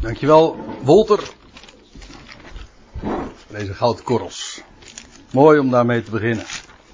Dankjewel, Wolter. Deze goudkorrels. Mooi om daarmee te beginnen.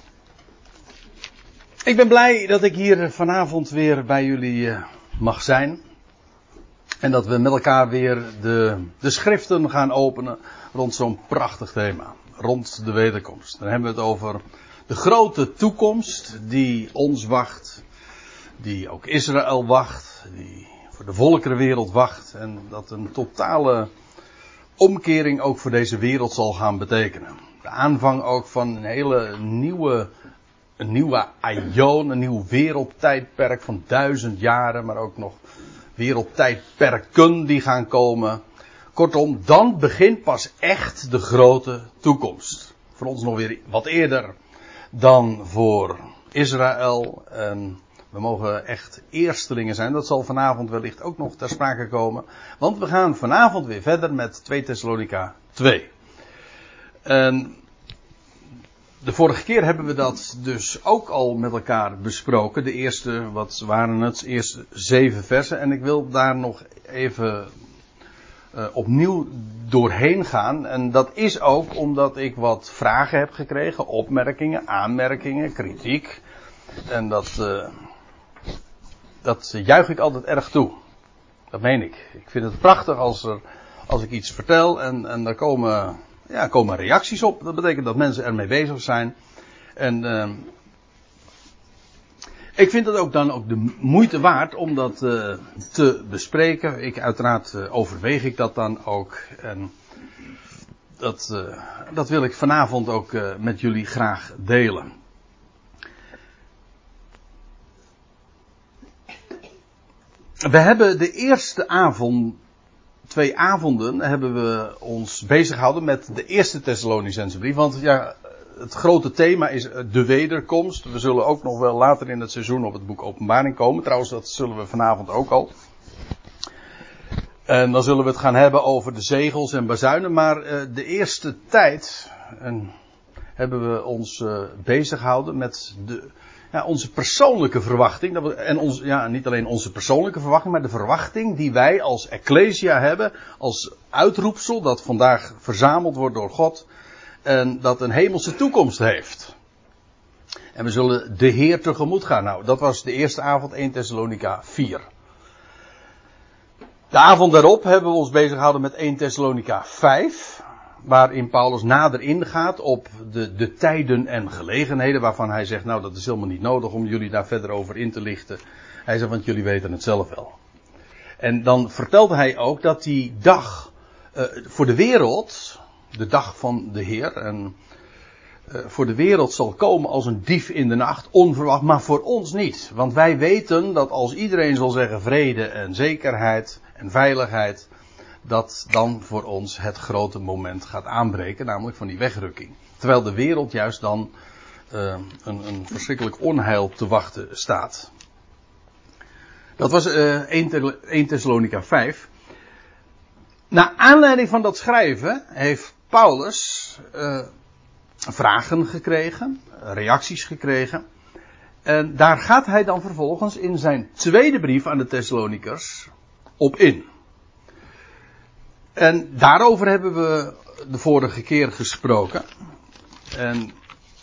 Ik ben blij dat ik hier vanavond weer bij jullie mag zijn. En dat we met elkaar weer de schriften gaan openen rond zo'n prachtig thema. Rond de wederkomst. Dan hebben we het over de grote toekomst die ons wacht. Die ook Israël wacht. Die voor de volkerenwereld wacht. En dat een totale omkering ook voor deze wereld zal gaan betekenen. De aanvang ook van een hele nieuwe aion, een nieuw wereldtijdperk van 1000 jaren, maar ook nog wereldtijdperken die gaan komen. Kortom, dan begint pas echt de grote toekomst. Voor ons nog weer wat eerder dan voor Israël. En we mogen echt eerstelingen zijn. Dat zal vanavond wellicht ook nog ter sprake komen. Want we gaan vanavond weer verder met 2 Thessalonica 2. En de vorige keer hebben we dat dus ook al met elkaar besproken. De eerste, wat waren het? Eerste 7 versen. En ik wil daar nog even opnieuw doorheen gaan. En dat is ook omdat ik wat vragen heb gekregen. Opmerkingen, aanmerkingen, kritiek. En dat juich ik altijd erg toe. Dat meen ik. Ik vind het prachtig als ik iets vertel en daar komen reacties op. Dat betekent dat mensen ermee bezig zijn. En ik vind het ook dan ook de moeite waard om dat te bespreken. Uiteraard overweeg ik dat dan ook. En dat wil ik vanavond ook met jullie graag delen. We hebben de eerste avond, 2 avonden, hebben we ons bezig gehouden met de eerste Thessalonicense brief. Want ja, het grote thema is de wederkomst. We zullen ook nog wel later in het seizoen op het boek Openbaring komen. Trouwens, dat zullen we vanavond ook al. En dan zullen we het gaan hebben over de zegels en bazuinen. Maar de eerste tijd hebben we ons bezig gehouden met onze persoonlijke verwachting. En niet alleen onze persoonlijke verwachting, maar de verwachting die wij als Ecclesia hebben. Als uitroepsel dat vandaag verzameld wordt door God. En dat een hemelse toekomst heeft. En we zullen de Heer tegemoet gaan. Nou, dat was de eerste avond, 1 Thessalonica 4. De avond daarop hebben we ons bezig gehouden met 1 Thessalonica 5. Waarin Paulus nader ingaat op de tijden en gelegenheden. Waarvan hij zegt, nou dat is helemaal niet nodig om jullie daar verder over in te lichten. Hij zegt, want jullie weten het zelf wel. En dan vertelde hij ook dat die dag voor de wereld, de dag van de Heer, en voor de wereld zal komen als een dief in de nacht, onverwacht, maar voor ons niet. Want wij weten dat als iedereen zal zeggen vrede en zekerheid en veiligheid, dat dan voor ons het grote moment gaat aanbreken, namelijk van die wegrukking. Terwijl de wereld juist dan een verschrikkelijk onheil te wachten staat. Dat was 1 Thessalonica 5. Naar aanleiding van dat schrijven heeft Paulus vragen gekregen, reacties gekregen. En daar gaat hij dan vervolgens in zijn tweede brief aan de Thessalonikers op in. En daarover hebben we de vorige keer gesproken. En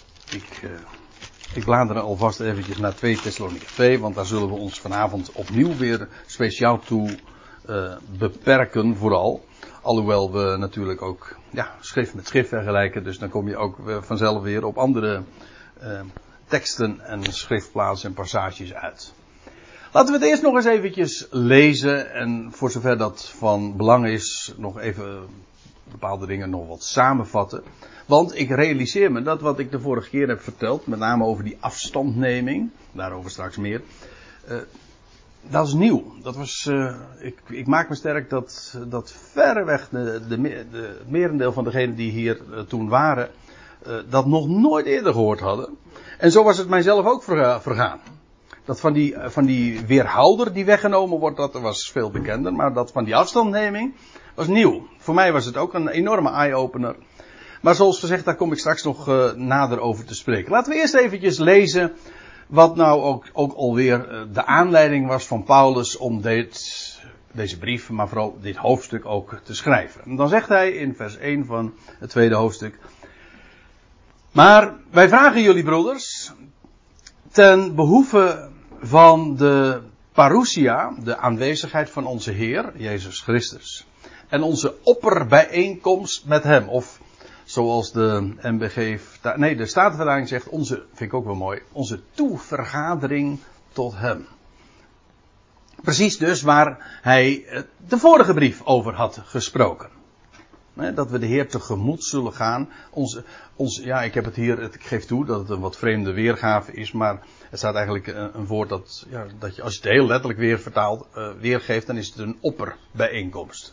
ik blader alvast eventjes naar 2 Thessalonica 2, want daar zullen we ons vanavond opnieuw weer speciaal toe beperken vooral. Alhoewel we natuurlijk ook schrift met schrift vergelijken, dus dan kom je ook vanzelf weer op andere teksten en schriftplaatsen en passages uit. Laten we het eerst nog eens eventjes lezen en voor zover dat van belang is nog even bepaalde dingen nog wat samenvatten. Want ik realiseer me dat wat ik de vorige keer heb verteld, met name over die afstandneming, daarover straks meer, dat is nieuw. Dat was, ik maak me sterk dat verreweg het merendeel van degenen die hier toen waren, dat nog nooit eerder gehoord hadden. En zo was het mijzelf ook vergaan. Dat van die weerhouder die weggenomen wordt, dat was veel bekender. Maar dat van die afstandneming was nieuw. Voor mij was het ook een enorme eye-opener. Maar zoals gezegd, daar kom ik straks nog nader over te spreken. Laten we eerst eventjes lezen wat nou ook alweer de aanleiding was van Paulus om dit deze brief, maar vooral dit hoofdstuk ook te schrijven. En dan zegt hij in vers 1 van het tweede hoofdstuk: maar wij vragen jullie, broeders, ten behoeve van de parousia, de aanwezigheid van onze Heer, Jezus Christus, en onze opperbijeenkomst met hem, of zoals de de Statenvertaling zegt, vind ik ook wel mooi, onze toevergadering tot hem. Precies dus waar hij de vorige brief over had gesproken. Dat we de Heer tegemoet zullen gaan. Ik heb het hier, ik geef toe dat het een wat vreemde weergave is, maar het staat eigenlijk een woord dat je, als je het heel letterlijk weer vertaalt, weergeeft, dan is het een opperbijeenkomst.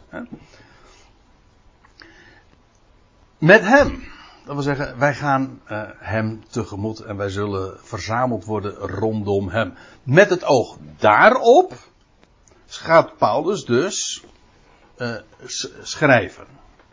Met hem. Dat wil zeggen, wij gaan hem tegemoet en wij zullen verzameld worden rondom hem. Met het oog daarop gaat Paulus dus schrijven.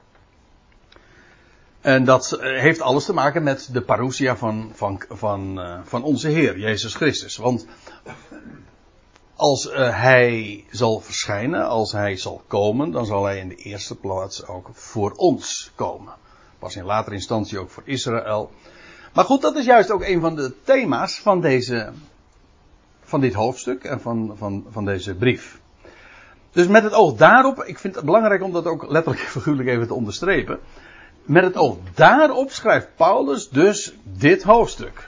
En dat heeft alles te maken met de parousia van onze Heer, Jezus Christus. Want als hij zal verschijnen, als hij zal komen, dan zal hij in de eerste plaats ook voor ons komen. Pas in latere instantie ook voor Israël. Maar goed, dat is juist ook een van de thema's van dit hoofdstuk en van deze brief. Dus met het oog daarop, ik vind het belangrijk om dat ook letterlijk en figuurlijk even te onderstrepen. Met het oog daarop schrijft Paulus dus dit hoofdstuk.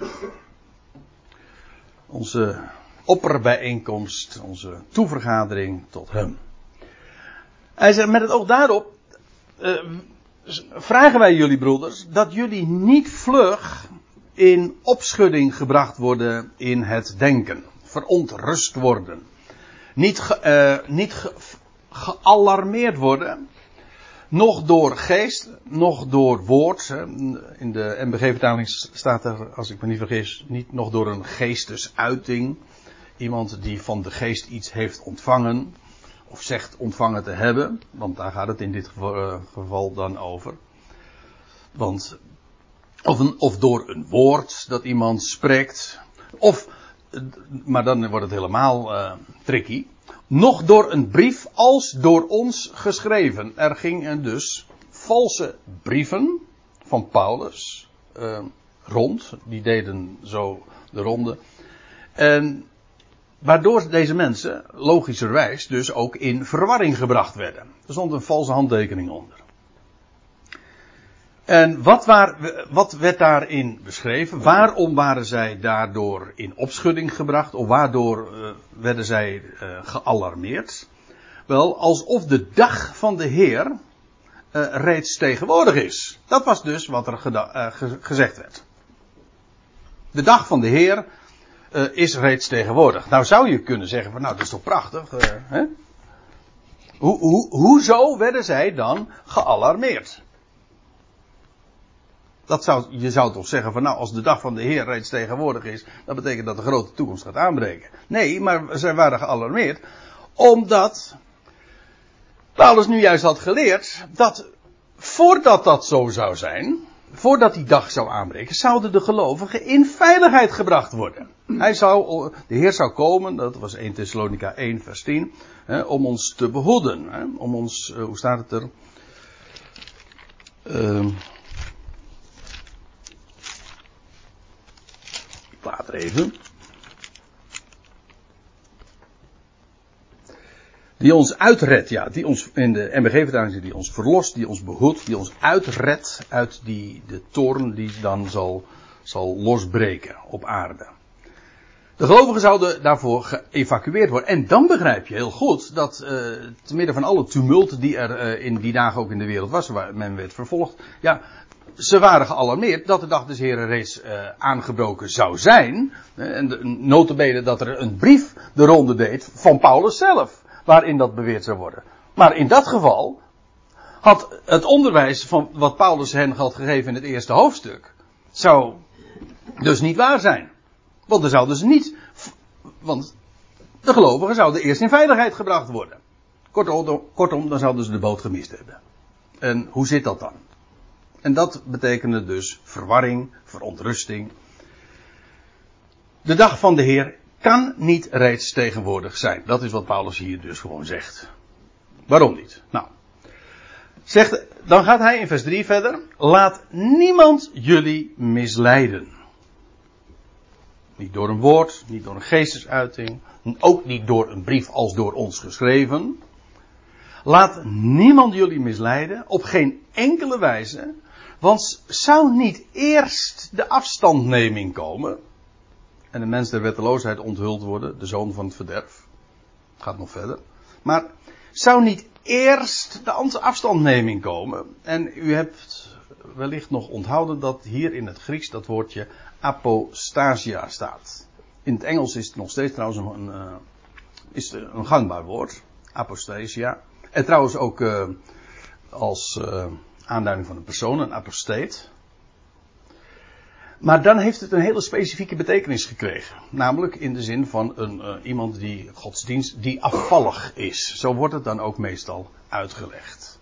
Onze opperbijeenkomst, onze toevergadering tot hem. Hij zegt, met het oog daarop vragen wij jullie, broeders, dat jullie niet vlug in opschudding gebracht worden in het denken. Verontrust worden. Niet gealarmeerd worden. Nog door geest, nog door woord. In de NBG-vertaling staat er, als ik me niet vergis, niet nog door een geestesuiting. Iemand die van de geest iets heeft ontvangen. Of zegt ontvangen te hebben. Want daar gaat het in dit geval dan over. Of door een woord dat iemand spreekt. Maar dan wordt het helemaal tricky. Nog door een brief als door ons geschreven. Er gingen dus valse brieven van Paulus rond. Die deden zo de ronde. En waardoor deze mensen logischerwijs dus ook in verwarring gebracht werden. Er stond een valse handtekening onder. En wat werd daarin beschreven? Waarom waren zij daardoor in opschudding gebracht? Of waardoor werden zij gealarmeerd? Wel, alsof de dag van de Heer reeds tegenwoordig is. Dat was dus wat er gezegd werd. De dag van de Heer is reeds tegenwoordig. Nou zou je kunnen zeggen van, nou dat is toch prachtig. Hè? Hoezo werden zij dan gealarmeerd? Je zou toch zeggen van, nou als de dag van de Heer reeds tegenwoordig is, dat betekent dat de grote toekomst gaat aanbreken. Nee, maar zij waren gealarmeerd omdat Paulus nu juist had geleerd dat voordat dat zo zou zijn, voordat die dag zou aanbreken, zouden de gelovigen in veiligheid gebracht worden. De Heer zou komen, dat was 1 Thessalonica 1 vers 10, om ons te behoeden. Om ons, hoe staat het er? Later even. Die ons uitredt, ja, die ons in de NBG-vertaling die ons verlost, die ons behoedt, die ons uitredt uit de toorn die dan zal losbreken op aarde. De gelovigen zouden daarvoor geëvacueerd worden. En dan begrijp je heel goed dat te midden van alle tumult die er in die dagen ook in de wereld was, waar men werd vervolgd, ja, ze waren gealarmeerd dat de dag des Heren reeds aangebroken zou zijn. En nota bene dat er een brief de ronde deed van Paulus zelf, waarin dat beweerd zou worden. Maar in dat geval had het onderwijs van wat Paulus hen had gegeven in het eerste hoofdstuk, zou dus niet waar zijn. Want want de gelovigen zouden eerst in veiligheid gebracht worden. Kortom, dan zouden ze de boot gemist hebben. En hoe zit dat dan? En dat betekende dus verwarring, verontrusting. De dag van de Heer kan niet reeds tegenwoordig zijn. Dat is wat Paulus hier dus gewoon zegt. Waarom niet? Nou, dan gaat hij in vers 3 verder. Laat niemand jullie misleiden. Niet door een woord, niet door een geestesuiting, ook niet door een brief als door ons geschreven. Laat niemand jullie misleiden, op geen enkele wijze, want zou niet eerst de afstandneming komen en de mens der wetteloosheid onthuld worden, de zoon van het verderf. Het gaat nog verder. Maar zou niet eerst de afstandneming komen? En u hebt wellicht nog onthouden dat hier in het Grieks dat woordje apostasia staat. In het Engels is het nog steeds trouwens een gangbaar woord. Apostasia. En trouwens ook als aanduiding van een persoon, een aposteet. Maar dan heeft het een hele specifieke betekenis gekregen. Namelijk in de zin van iemand die godsdienst, die afvallig is. Zo wordt het dan ook meestal uitgelegd.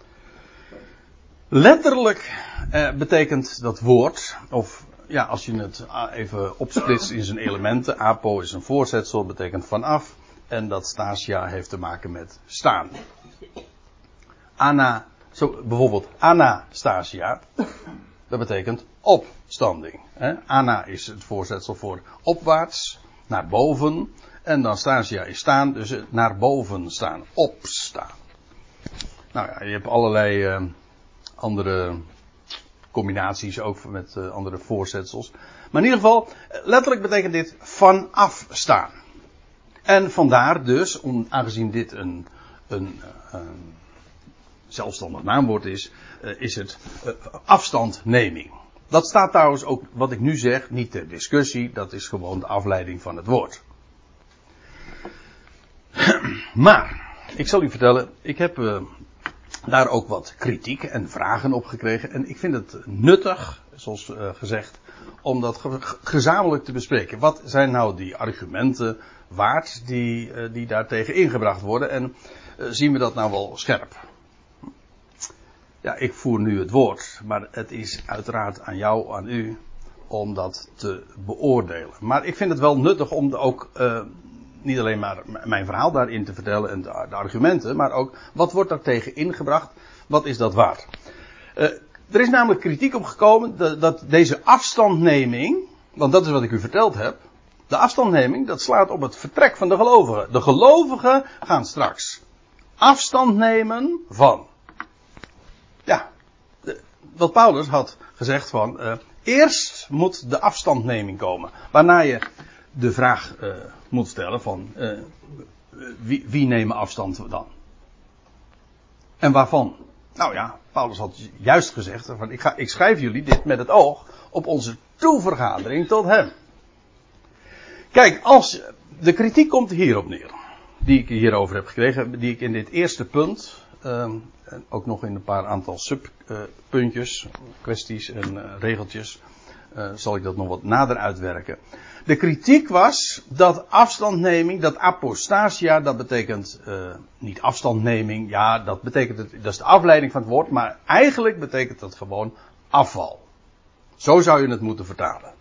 Letterlijk betekent dat woord, of ja, als je het even opsplitst in zijn elementen. Apo is een voorzetsel, betekent vanaf. En dat stasia heeft te maken met staan. Bijvoorbeeld Anastasia, dat betekent opstanding. Ana is het voorzetsel voor opwaarts, naar boven. En dan stasia is staan, dus naar boven staan, opstaan. Nou ja, je hebt allerlei andere combinaties ook met andere voorzetsels. Maar in ieder geval, letterlijk betekent dit vanaf staan. En vandaar dus, aangezien dit een zelfstandig naamwoord is het afstandneming. Dat staat trouwens ook, wat ik nu zeg, niet ter discussie. Dat is gewoon de afleiding van het woord. Maar, ik zal u vertellen, ik heb daar ook wat kritiek en vragen op gekregen. En ik vind het nuttig, zoals gezegd, om dat gezamenlijk te bespreken. Wat zijn nou die argumenten waard die daartegen ingebracht worden? En zien we dat nou wel scherp? Ja, ik voer nu het woord, maar het is uiteraard aan jou, aan u, om dat te beoordelen. Maar ik vind het wel nuttig om ook niet alleen maar mijn verhaal daarin te vertellen en de argumenten, maar ook wat wordt daar tegen ingebracht, wat is dat waard. Er is namelijk kritiek op gekomen dat deze afstandneming, want dat is wat ik u verteld heb, de afstandneming, dat slaat op het vertrek van de gelovigen. De gelovigen gaan straks afstand nemen van. Ja, wat Paulus had gezegd van, eerst moet de afstandneming komen. Waarna je de vraag moet stellen van, wie nemen afstand dan? En waarvan? Nou ja, Paulus had juist gezegd, van, ik schrijf jullie dit met het oog op onze toevergadering tot hem. Kijk, de kritiek komt hierop neer, die ik hierover heb gekregen, die ik in dit eerste punt, ook nog in een paar aantal subpuntjes, kwesties en regeltjes, zal ik dat nog wat nader uitwerken. De kritiek was dat afstandneming, dat apostasia, dat betekent niet afstandneming, ja, dat betekent dat is de afleiding van het woord, maar eigenlijk betekent dat gewoon afval. Zo zou je het moeten vertalen.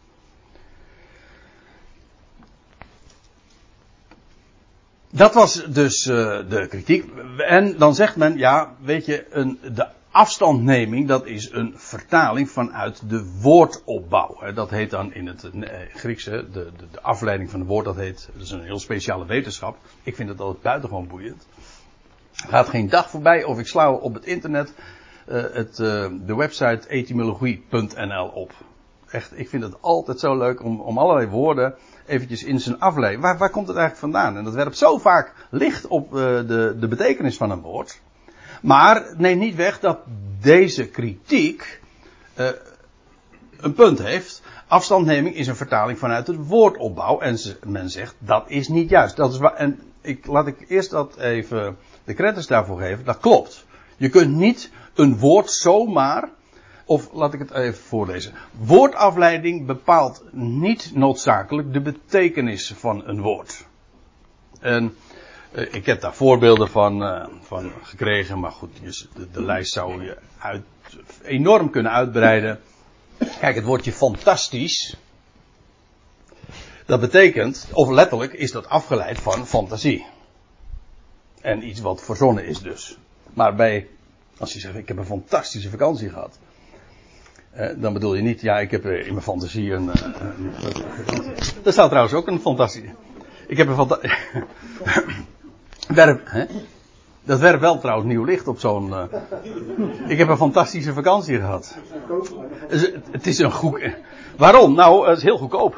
Dat was dus de kritiek. En dan zegt men, ja, weet je, de afstandneming, dat is een vertaling vanuit de woordopbouw. Dat heet dan in het Griekse, de afleiding van het woord, dat is een heel speciale wetenschap. Ik vind het altijd buitengewoon boeiend. Er gaat geen dag voorbij of ik sla op het internet de website etymologie.nl op. Echt, ik vind het altijd zo leuk om allerlei woorden eventjes in zijn afleiding. Waar komt het eigenlijk vandaan? En dat werpt zo vaak licht op de betekenis van een woord. Maar neem niet weg dat deze kritiek een punt heeft. Afstandneming is een vertaling vanuit het woordopbouw. En men zegt dat is niet juist. Dat is en laat ik eerst dat even de credits daarvoor geven. Dat klopt. Je kunt niet een woord zomaar. Of laat ik het even voorlezen. Woordafleiding bepaalt niet noodzakelijk de betekenis van een woord. En ik heb daar voorbeelden van gekregen. Maar goed, de lijst zou je enorm kunnen uitbreiden. Kijk, het woordje fantastisch. Dat betekent, of letterlijk is dat afgeleid van fantasie. En iets wat verzonnen is dus. Maar als je zegt, ik heb een fantastische vakantie gehad. Dan bedoel je niet, ja, ik heb in mijn fantasie er staat trouwens ook een fantasie. Ik heb een dat werpt wel trouwens nieuw licht op zo'n... Ik heb een fantastische vakantie gehad. Het is een goed... Waarom? Nou, het is heel goedkoop.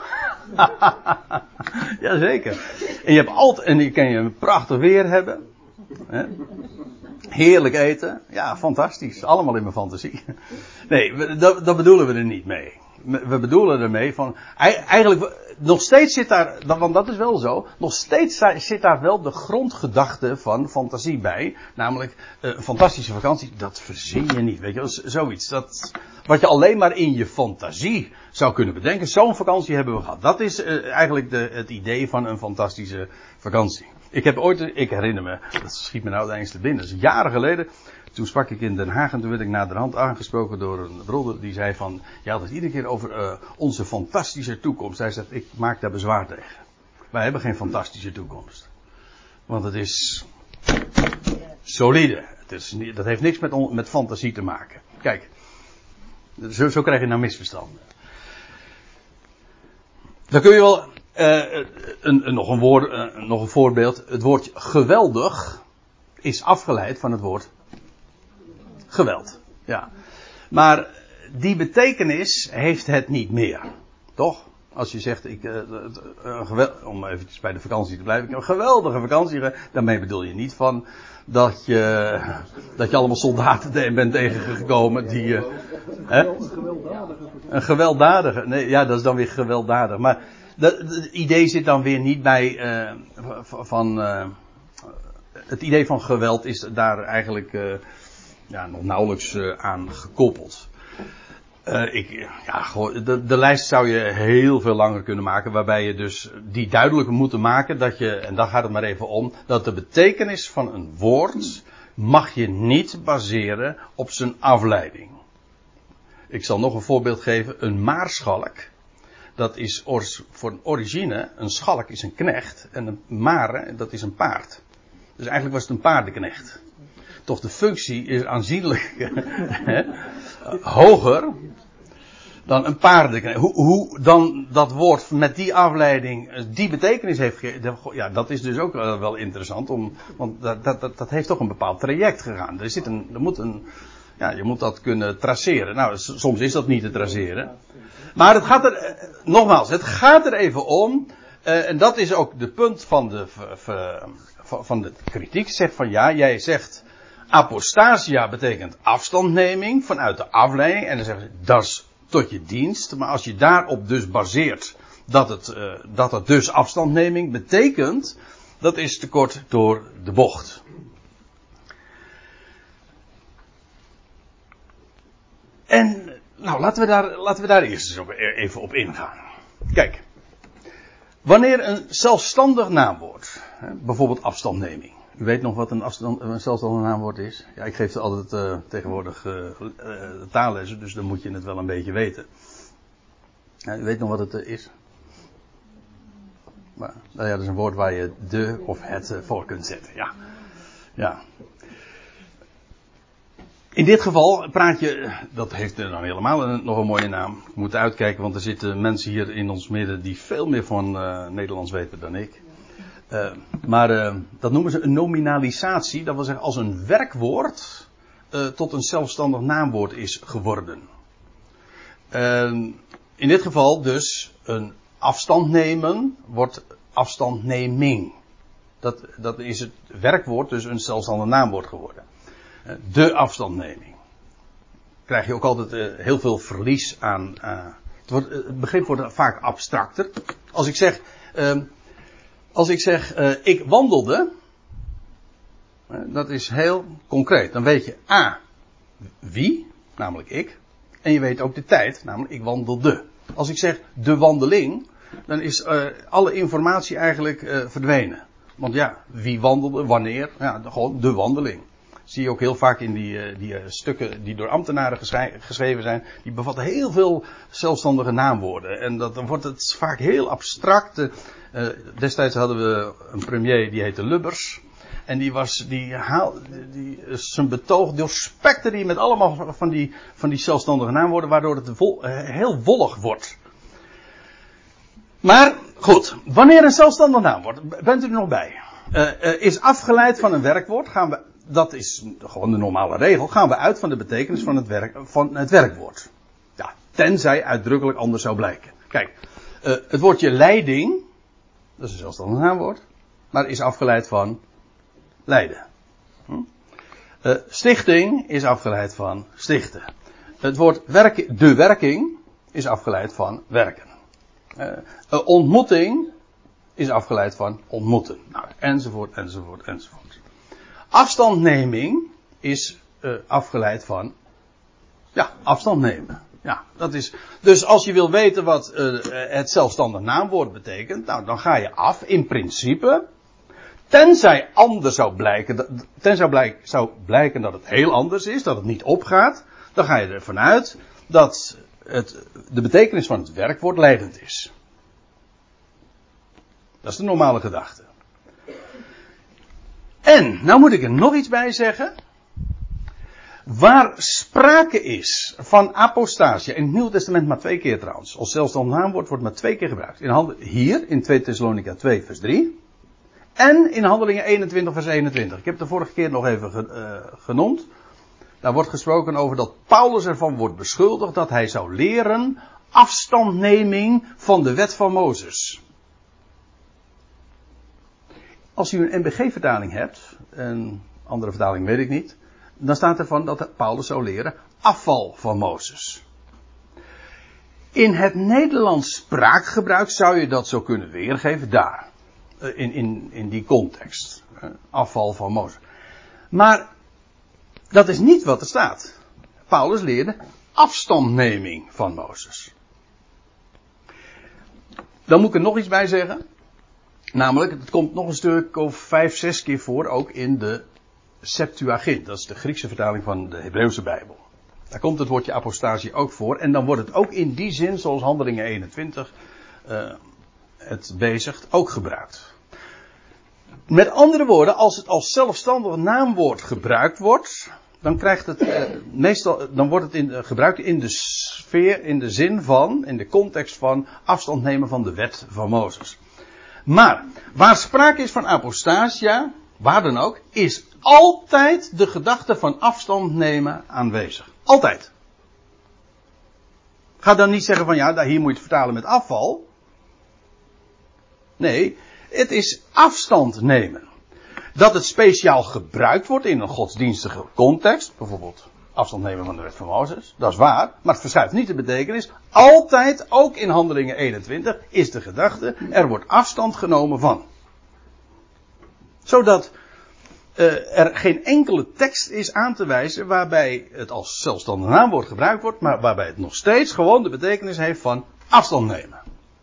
Jazeker. En je kan je een prachtig weer hebben. Hè? Heerlijk eten. Ja, fantastisch. Allemaal in mijn fantasie. Nee, dat bedoelen we er niet mee. We bedoelen ermee van... Eigenlijk, nog steeds zit daar... Want dat is wel zo. Nog steeds zit daar wel de grondgedachte van fantasie bij. Namelijk, een fantastische vakantie, dat verzin je niet. Weet je, zoiets. Wat je alleen maar in je fantasie zou kunnen bedenken. Zo'n vakantie hebben we gehad. Dat is eigenlijk het idee van een fantastische vakantie. Ik herinner me, dat schiet me nou eens te binnen. Dat is jaren geleden. Toen sprak ik in Den Haag en toen werd ik naderhand aangesproken door een broeder die zei van... Je had het iedere keer over onze fantastische toekomst. Hij zegt, ik maak daar bezwaar tegen. Wij hebben geen fantastische toekomst. Want het is solide. Dat heeft niks met fantasie te maken. Kijk, zo krijg je nou misverstanden. Dan kun je wel... nog een voorbeeld. Het woord geweldig is afgeleid van het woord geweld. Ja. Maar die betekenis heeft het niet meer. Toch? Als je zegt, om eventjes bij de vakantie te blijven. Ik heb een geweldige vakantie. Daarmee bedoel je niet van dat je allemaal soldaten bent tegengekomen die... Een gewelddadige. Nee, ja, dat is dan weer gewelddadig. Maar het idee zit dan weer niet bij het idee van geweld is daar eigenlijk nog nauwelijks aan gekoppeld. De lijst zou je heel veel langer kunnen maken, waarbij je dus die duidelijk moet maken en daar gaat het maar even om, dat de betekenis van een woord mag je niet baseren op zijn afleiding. Ik zal nog een voorbeeld geven. Een maarschalk. Dat is voor een origine. Een schalk is een knecht. En een mare, dat is een paard. Dus eigenlijk was het een paardenknecht. Toch de functie is aanzienlijk hoger dan een paardenknecht. Hoe dan dat woord met die afleiding die betekenis heeft gegeven. Ja, dat is dus ook wel interessant. Want dat heeft toch een bepaald traject gegaan. Je moet dat kunnen traceren. Nou, soms is dat niet te traceren. Maar het gaat er even om. En dat is ook de punt van de kritiek. Zegt van ja, jij zegt apostasia betekent afstandneming vanuit de afleiding. En dan zeggen ze, dat is tot je dienst. Maar als je daarop dus baseert dat het dus afstandneming betekent, dat is te kort door de bocht. En nou, laten we daar eerst eens even op ingaan. Kijk, wanneer een zelfstandig naamwoord, bijvoorbeeld afstandneming. U weet nog wat een zelfstandig naamwoord is? Ja, ik geef het altijd tegenwoordig taallessen, dus dan moet je het wel een beetje weten. Ja, u weet nog wat het is? Maar, nou ja, dat is een woord waar je de of het voor kunt zetten. Ja. In dit geval praat je, dat heeft dan helemaal nog een mooie naam. Ik moet uitkijken, want er zitten mensen hier in ons midden die veel meer van Nederlands weten dan ik. Maar dat noemen ze een nominalisatie. Dat wil zeggen als een werkwoord tot een zelfstandig naamwoord is geworden. In dit geval dus een afstand nemen wordt afstandneming. Dat is het werkwoord dus een zelfstandig naamwoord geworden. De afstandneming. Krijg je ook altijd heel veel verlies aan. Het begrip wordt vaak abstracter. Als ik zeg, ik wandelde. Dat is heel concreet. Dan weet je A. Wie, namelijk ik. En je weet ook de tijd, namelijk ik wandelde. Als ik zeg de wandeling. Dan is alle informatie eigenlijk verdwenen. Want ja, wie wandelde, wanneer. Ja, gewoon de wandeling. Zie je ook heel vaak in die stukken die door ambtenaren geschreven zijn. Die bevatten heel veel zelfstandige naamwoorden. En dan wordt het vaak heel abstract. Destijds hadden we een premier die heette Lubbers. En die zijn betoog doorspekte die met allemaal van die zelfstandige naamwoorden, waardoor het heel wollig wordt. Maar goed, wanneer een zelfstandig naamwoord, bent u er nog bij, is afgeleid van een werkwoord, dat is gewoon de normale regel, gaan we uit van de betekenis van het werkwoord. Ja, tenzij uitdrukkelijk anders zou blijken. Kijk, het woordje leiding, dat is een zelfstandig naamwoord, maar is afgeleid van leiden. Stichting is afgeleid van stichten. Het woord de werking is afgeleid van werken. Ontmoeting is afgeleid van ontmoeten. Nou, enzovoort, enzovoort, enzovoort. Afstandneming is afgeleid van afstand nemen. Ja, dat is. Dus als je wil weten wat het zelfstandig naamwoord betekent, nou, dan ga je af in principe. Tenzij anders zou blijken dat het heel anders is, dat het niet opgaat, dan ga je ervan uit dat de betekenis van het werkwoord leidend is. Dat is de normale gedachte. En, nou moet ik er nog iets bij zeggen. Waar sprake is van apostasia, in het Nieuwe Testament maar 2 keer trouwens, als zelfstandig naamwoord wordt maar 2 keer gebruikt. Hier, in 2 Thessalonica 2 vers 3. En in Handelingen 21 vers 21. Ik heb het de vorige keer nog even genoemd. Daar wordt gesproken over dat Paulus ervan wordt beschuldigd dat hij zou leren afstandneming van de wet van Mozes. Als u een NBG-vertaling hebt, een andere vertaling weet ik niet, dan staat er van dat Paulus zou leren afval van Mozes. In het Nederlands spraakgebruik zou je dat zo kunnen weergeven daar. In die context. Afval van Mozes. Maar dat is niet wat er staat. Paulus leerde afstandneming van Mozes. Dan moet ik er nog iets bij zeggen. Namelijk, het komt nog een stuk of 5, 6 keer voor, ook in de Septuagint. Dat is de Griekse vertaling van de Hebreeuwse Bijbel. Daar komt het woordje apostasie ook voor. En dan wordt het ook in die zin, zoals Handelingen 21 het bezigt, ook gebruikt. Met andere woorden, als het als zelfstandig naamwoord gebruikt wordt, dan krijgt het dan wordt het gebruikt in de sfeer, in de zin van, in de context van afstand nemen van de wet van Mozes. Maar waar sprake is van apostasia, waar dan ook, is altijd de gedachte van afstand nemen aanwezig. Altijd. Ga dan niet zeggen van hier moet je het vertalen met afval. Nee, het is afstand nemen. Dat het speciaal gebruikt wordt in een godsdienstige context, bijvoorbeeld afstand nemen van de wet van Mozes, dat is waar, maar het verschuift niet de betekenis. Altijd, ook in Handelingen 21, is de gedachte, er wordt afstand genomen van. Zodat er geen enkele tekst is aan te wijzen waarbij het als zelfstandig naamwoord gebruikt wordt, maar waarbij het nog steeds gewoon de betekenis heeft van afstand nemen.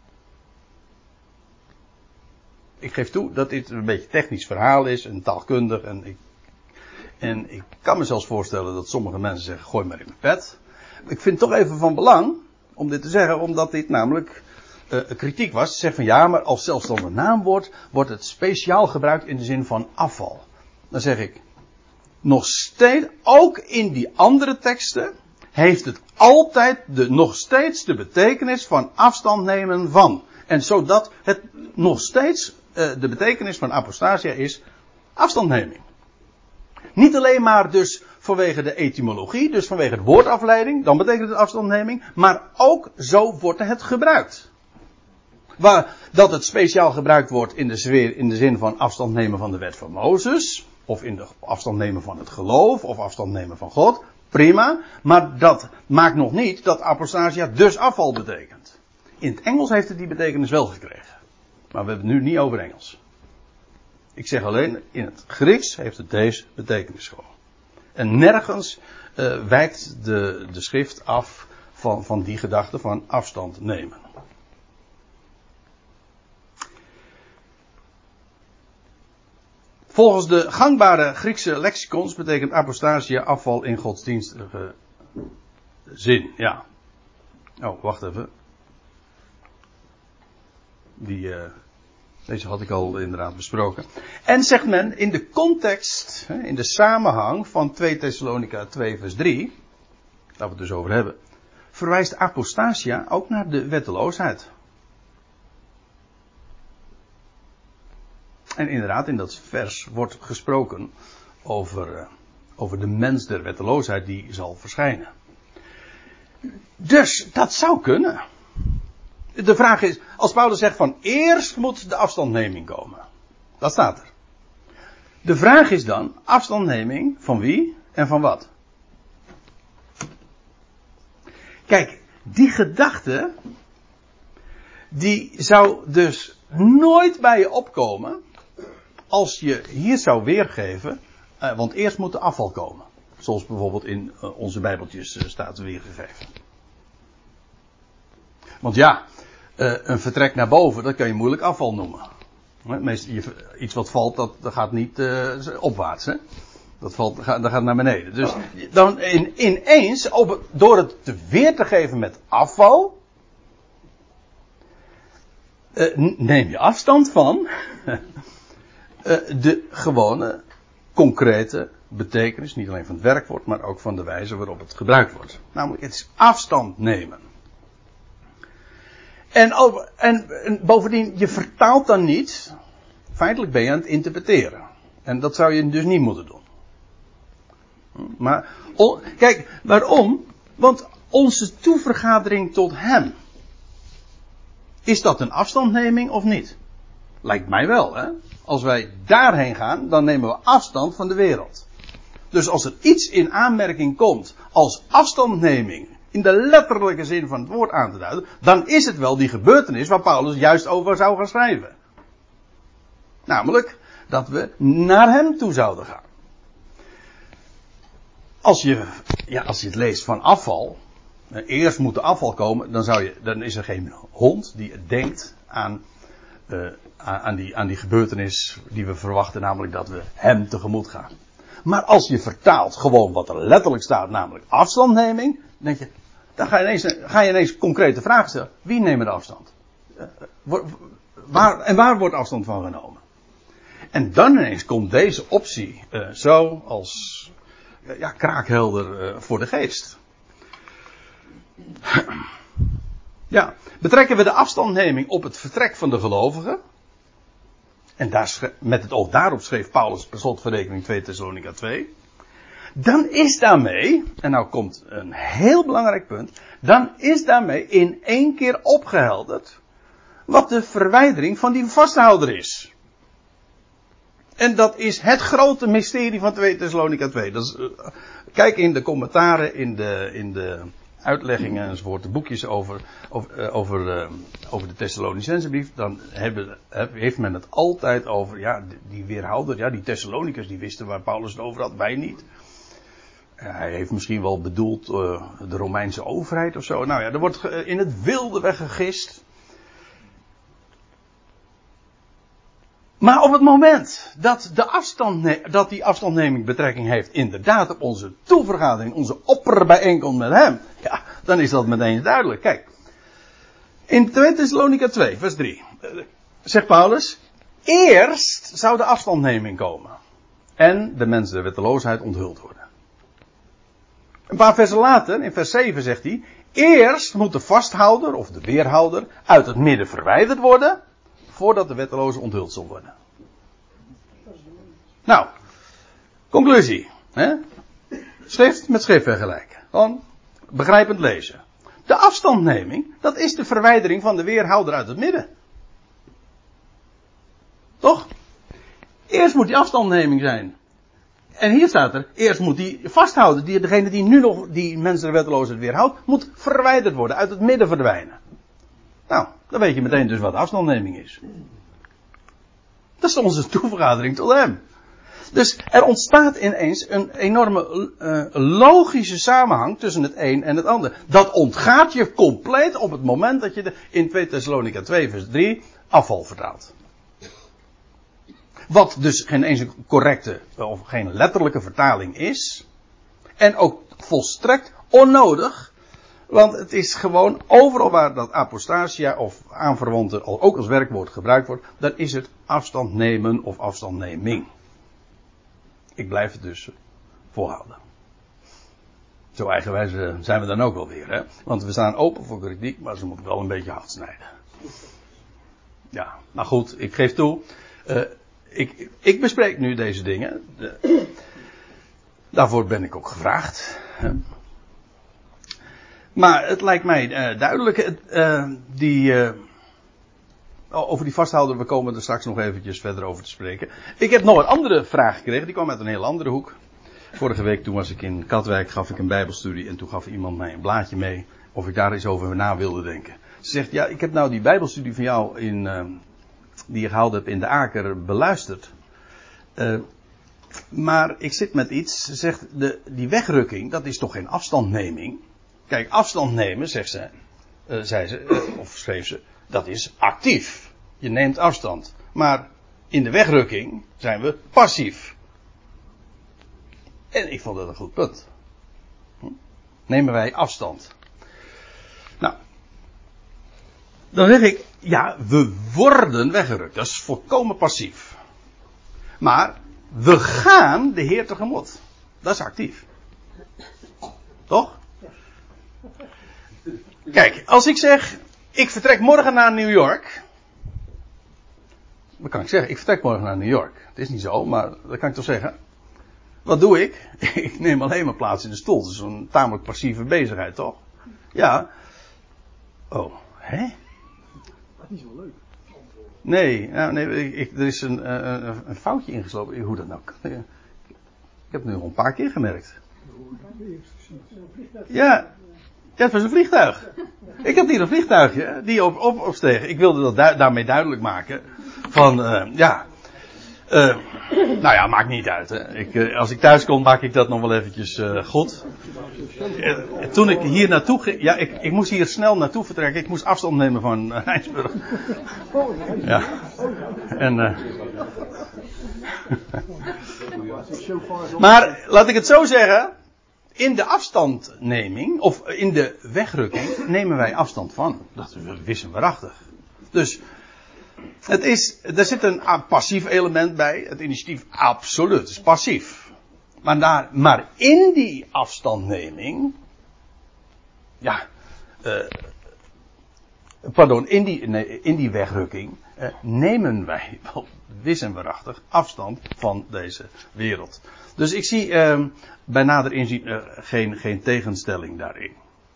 Ik geef toe dat dit een beetje technisch verhaal is en taalkundig en ik kan me zelfs voorstellen dat sommige mensen zeggen, gooi maar in mijn pet. Ik vind het toch even van belang om dit te zeggen, omdat dit namelijk kritiek was. Zeg van maar als zelfstandig naamwoord wordt het speciaal gebruikt in de zin van afval. Dan zeg ik, nog steeds, ook in die andere teksten, heeft het altijd nog steeds de betekenis van afstand nemen van. En zodat het nog steeds de betekenis van apostasia is afstandneming. Niet alleen maar dus vanwege de etymologie, dus vanwege de woordafleiding, dan betekent het afstandneming, maar ook zo wordt het gebruikt. Dat het speciaal gebruikt wordt in de zin van afstand nemen van de wet van Mozes, of in de afstand nemen van het geloof, of afstand nemen van God, prima, maar dat maakt nog niet dat apostasia dus afval betekent. In het Engels heeft het die betekenis wel gekregen. Maar we hebben het nu niet over Engels. Ik zeg alleen, in het Grieks heeft het deze betekenis gewoon. En nergens wijkt de schrift af van die gedachte van afstand nemen. Volgens de gangbare Griekse lexicons betekent apostasia afval in godsdienstige zin. Ja. Oh, wacht even. Deze had ik al inderdaad besproken. En zegt men in de context, in de samenhang van 2 Thessalonica 2 vers 3, waar we het dus over hebben, verwijst apostasia ook naar de wetteloosheid. En inderdaad, in dat vers wordt gesproken over de mens der wetteloosheid die zal verschijnen. Dus, dat zou kunnen. De vraag is, als Paulus zegt van eerst moet de afstandneming komen. Dat staat er. De vraag is dan, afstandneming van wie en van wat? Kijk, die gedachte, die zou dus nooit bij je opkomen als je hier zou weergeven, want eerst moet de afval komen. Zoals bijvoorbeeld in onze bijbeltjes staat weergegeven. Want ja, een vertrek naar boven, dat kan je moeilijk afval noemen. Iets wat valt, dat gaat niet opwaarts. Hè? Dat gaat naar beneden. Dus dan ineens, door het weer te geven met afval, neem je afstand van de gewone, concrete betekenis, niet alleen van het werkwoord, maar ook van de wijze waarop het gebruikt wordt. Namelijk, het is afstand nemen. En bovendien, je vertaalt dan niet, feitelijk ben je aan het interpreteren. En dat zou je dus niet moeten doen. Maar, kijk, waarom? Want onze toevergadering tot hem, is dat een afstandneming of niet? Lijkt mij wel, hè? Als wij daarheen gaan, dan nemen we afstand van de wereld. Dus als er iets in aanmerking komt als afstandneming, in de letterlijke zin van het woord aan te duiden, dan is het wel die gebeurtenis waar Paulus juist over zou gaan schrijven. Namelijk, dat we naar hem toe zouden gaan. Als je het leest van afval, eerst moet de afval komen, dan is er geen hond die denkt aan die gebeurtenis die we verwachten, namelijk dat we hem tegemoet gaan. Maar als je vertaalt gewoon wat er letterlijk staat, namelijk afstandneming, dan ga je ineens concrete vragen stellen. Wie neemt de afstand? Waar wordt afstand van genomen? En dan ineens komt deze optie zo als kraakhelder voor de geest. Ja, betrekken we de afstandneming op het vertrek van de gelovigen. En met het oog daarop schreef Paulus per slotverrekening 2 Thessalonica 2. Dan is daarmee, en nou komt een heel belangrijk punt, dan is daarmee in één keer opgehelderd wat de verwijdering van die vasthouder is. En dat is het grote mysterie van 2 Thessalonica 2. Kijk in de commentaren, in de uitleggingen enzovoort, de boekjes over de Thessalonicensebrief, dan heeft men het altijd over, die weerhouder, die Thessalonicërs, die wisten waar Paulus het over had, wij niet. Hij heeft misschien wel bedoeld de Romeinse overheid of zo. Nou ja, er wordt in het wilde weggegist. Maar op het moment dat die afstandneming betrekking heeft inderdaad op onze toevergadering, onze opperbijeenkomst met hem, dan is dat meteen duidelijk. Kijk, in 2 Thessalonica 2 vers 3 zegt Paulus, eerst zou de afstandneming komen en de mens der wetteloosheid onthuld worden. Een paar versen later, in vers 7 zegt hij, eerst moet de vasthouder of de weerhouder uit het midden verwijderd worden, voordat de wetteloze onthuld zal worden. Nou, conclusie. Schrift met schrift vergelijken. Gewoon begrijpend lezen. De afstandneming, dat is de verwijdering van de weerhouder uit het midden. Toch? Eerst moet die afstandneming zijn. En hier staat er, eerst moet die vasthouder, degene die nu nog die mensen der wetteloosheid weerhoudt, moet verwijderd worden, uit het midden verdwijnen. Nou, dan weet je meteen dus wat afstandneming is. Dat is onze toevergadering tot hem. Dus er ontstaat ineens een enorme logische samenhang tussen het een en het ander. Dat ontgaat je compleet op het moment dat je in 2 Thessalonica 2 vers 3 afval vertaalt. Wat dus geen eens een correcte of geen letterlijke vertaling is. En ook volstrekt onnodig. Want het is gewoon overal waar dat apostasia of aanverwanten ook als werkwoord gebruikt wordt, dan is het afstand nemen of afstandneming. Ik blijf het dus volhouden. Zo eigenwijs zijn we dan ook wel weer, hè? Want we staan open voor kritiek, maar ze moeten wel een beetje hard snijden. Ja, nou goed, ik geef toe. Ik bespreek nu deze dingen. Daarvoor ben ik ook gevraagd. Maar het lijkt mij duidelijk, over die vasthouder, we komen er straks nog eventjes verder over te spreken. Ik heb nog een andere vraag gekregen, die kwam uit een heel andere hoek. Vorige week toen was ik in Katwijk, gaf ik een bijbelstudie en toen gaf iemand mij een blaadje mee of ik daar eens over na wilde denken. Ze zegt, ja, ik heb nou die bijbelstudie van jou die je gehouden hebt in de Aker beluisterd. Maar ik zit met iets, ze zegt, die wegrukking, dat is toch geen afstandneming? Kijk, afstand nemen, zegt ze, zei ze, of schreef ze, dat is actief. Je neemt afstand. Maar in de wegrukking zijn we passief. En ik vond dat een goed punt. Nemen wij afstand. Nou, dan zeg ik, ja, we worden weggerukt. Dat is volkomen passief. Maar we gaan de Heer tegemoet. Dat is actief. Toch? Kijk, als ik zeg, ik vertrek morgen naar New York. Dan kan ik zeggen, ik vertrek morgen naar New York. Het is niet zo, maar dat kan ik toch zeggen. Wat doe ik? Ik neem alleen maar plaats in de stoel. Dat is een tamelijk passieve bezigheid, toch? Ja. Oh, hè? Dat is wel leuk. Nee, er is een foutje ingeslopen. Hoe dat nou kan. Ik heb het nu al een paar keer gemerkt. Ja, het was een vliegtuig. Ik had hier een vliegtuigje die opsteeg. Ik wilde dat daarmee duidelijk maken. Van, nou ja, maakt niet uit. Hè. Als ik thuis kom, maak ik dat nog wel eventjes goed. Toen ik hier naartoe ging... Ja, ik moest hier snel naartoe vertrekken. Ik moest afstand nemen van Rijnsburg. Ja. En... Maar, laat ik het zo zeggen. In de afstandneming, of in de wegrukking, nemen wij afstand van. Dat is wis en waarachtig. Dus... er zit een passief element bij. Het initiatief absoluut is passief. Maar in die afstandneming. Ja. In die wegrukking. Nemen wij wel wis en waarachtig afstand van deze wereld. Dus ik zie bij nader inzien geen tegenstelling daarin.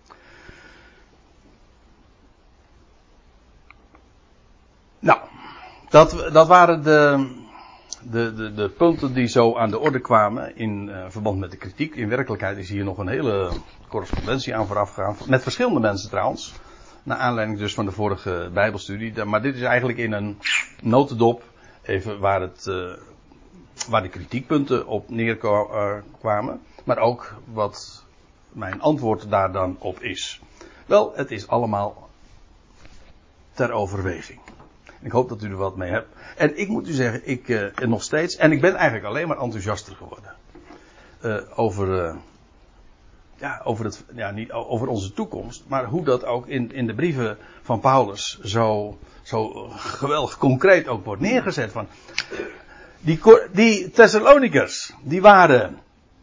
Nou, dat waren de punten die zo aan de orde kwamen in verband met de kritiek. In werkelijkheid is hier nog een hele correspondentie aan vooraf gegaan. Met verschillende mensen trouwens. Naar aanleiding dus van de vorige bijbelstudie. Maar dit is eigenlijk in een notendop even waar de kritiekpunten op neerkwamen. Maar ook wat mijn antwoord daar dan op is. Wel, het is allemaal ter overweging. Ik hoop dat u er wat mee hebt. En ik moet u zeggen, nog steeds, en ik ben eigenlijk alleen maar enthousiaster geworden. Over onze toekomst, maar hoe dat ook in de brieven van Paulus zo geweldig concreet ook wordt neergezet. Van die Thessalonikers, die waren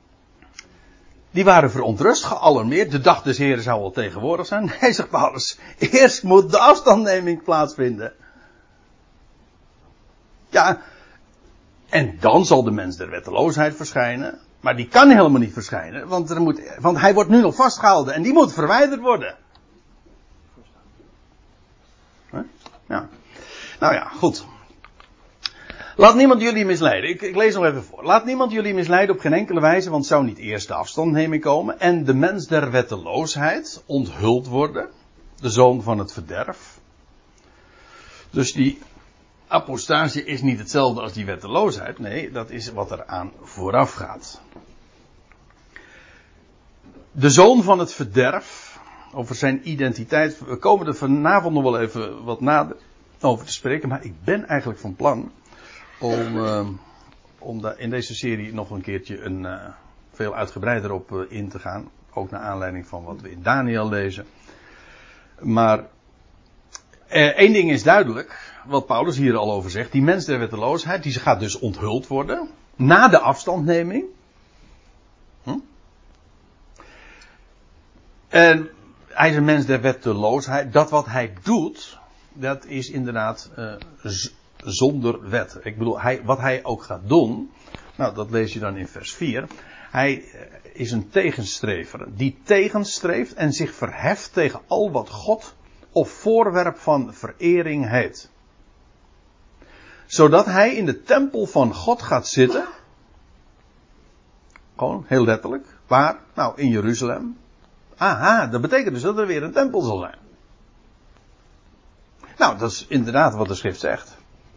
verontrust, gealarmeerd. De dag des Heren zou al tegenwoordig zijn. Hij zegt Paulus, eerst moet de afstandneming plaatsvinden. Ja, en dan zal de mens der wetteloosheid verschijnen. Maar die kan helemaal niet verschijnen, want hij wordt nu nog vastgehouden en die moet verwijderd worden. Ja. Nou ja, goed. Laat niemand jullie misleiden. Ik lees nog even voor. Laat niemand jullie misleiden op geen enkele wijze, want zou niet eerst de afstandneming komen en de mens der wetteloosheid onthuld worden. De zoon van het verderf. Dus die apostasie is niet hetzelfde als die wetteloosheid. Nee, dat is wat er aan vooraf gaat. De zoon van het verderf. Over zijn identiteit. We komen er vanavond nog wel even wat nader over te spreken. Maar ik ben eigenlijk van plan om in deze serie nog een keertje veel uitgebreider op in te gaan. Ook naar aanleiding van wat we in Daniel lezen. Maar één ding is duidelijk, wat Paulus hier al over zegt. Die mens der wetteloosheid, die gaat dus onthuld worden. Na de afstandneming. En hij is een mens der wetteloosheid. Dat wat hij doet, dat is inderdaad zonder wet. Ik bedoel, wat hij ook gaat doen. Nou, dat lees je dan in vers 4. Hij is een tegenstrever. Die tegenstreeft en zich verheft tegen al wat God of voorwerp van verering heet. Zodat hij in de tempel van God gaat zitten. Gewoon, heel letterlijk. Waar? Nou, in Jeruzalem. Aha, dat betekent dus dat er weer een tempel zal zijn. Nou, dat is inderdaad wat de schrift zegt.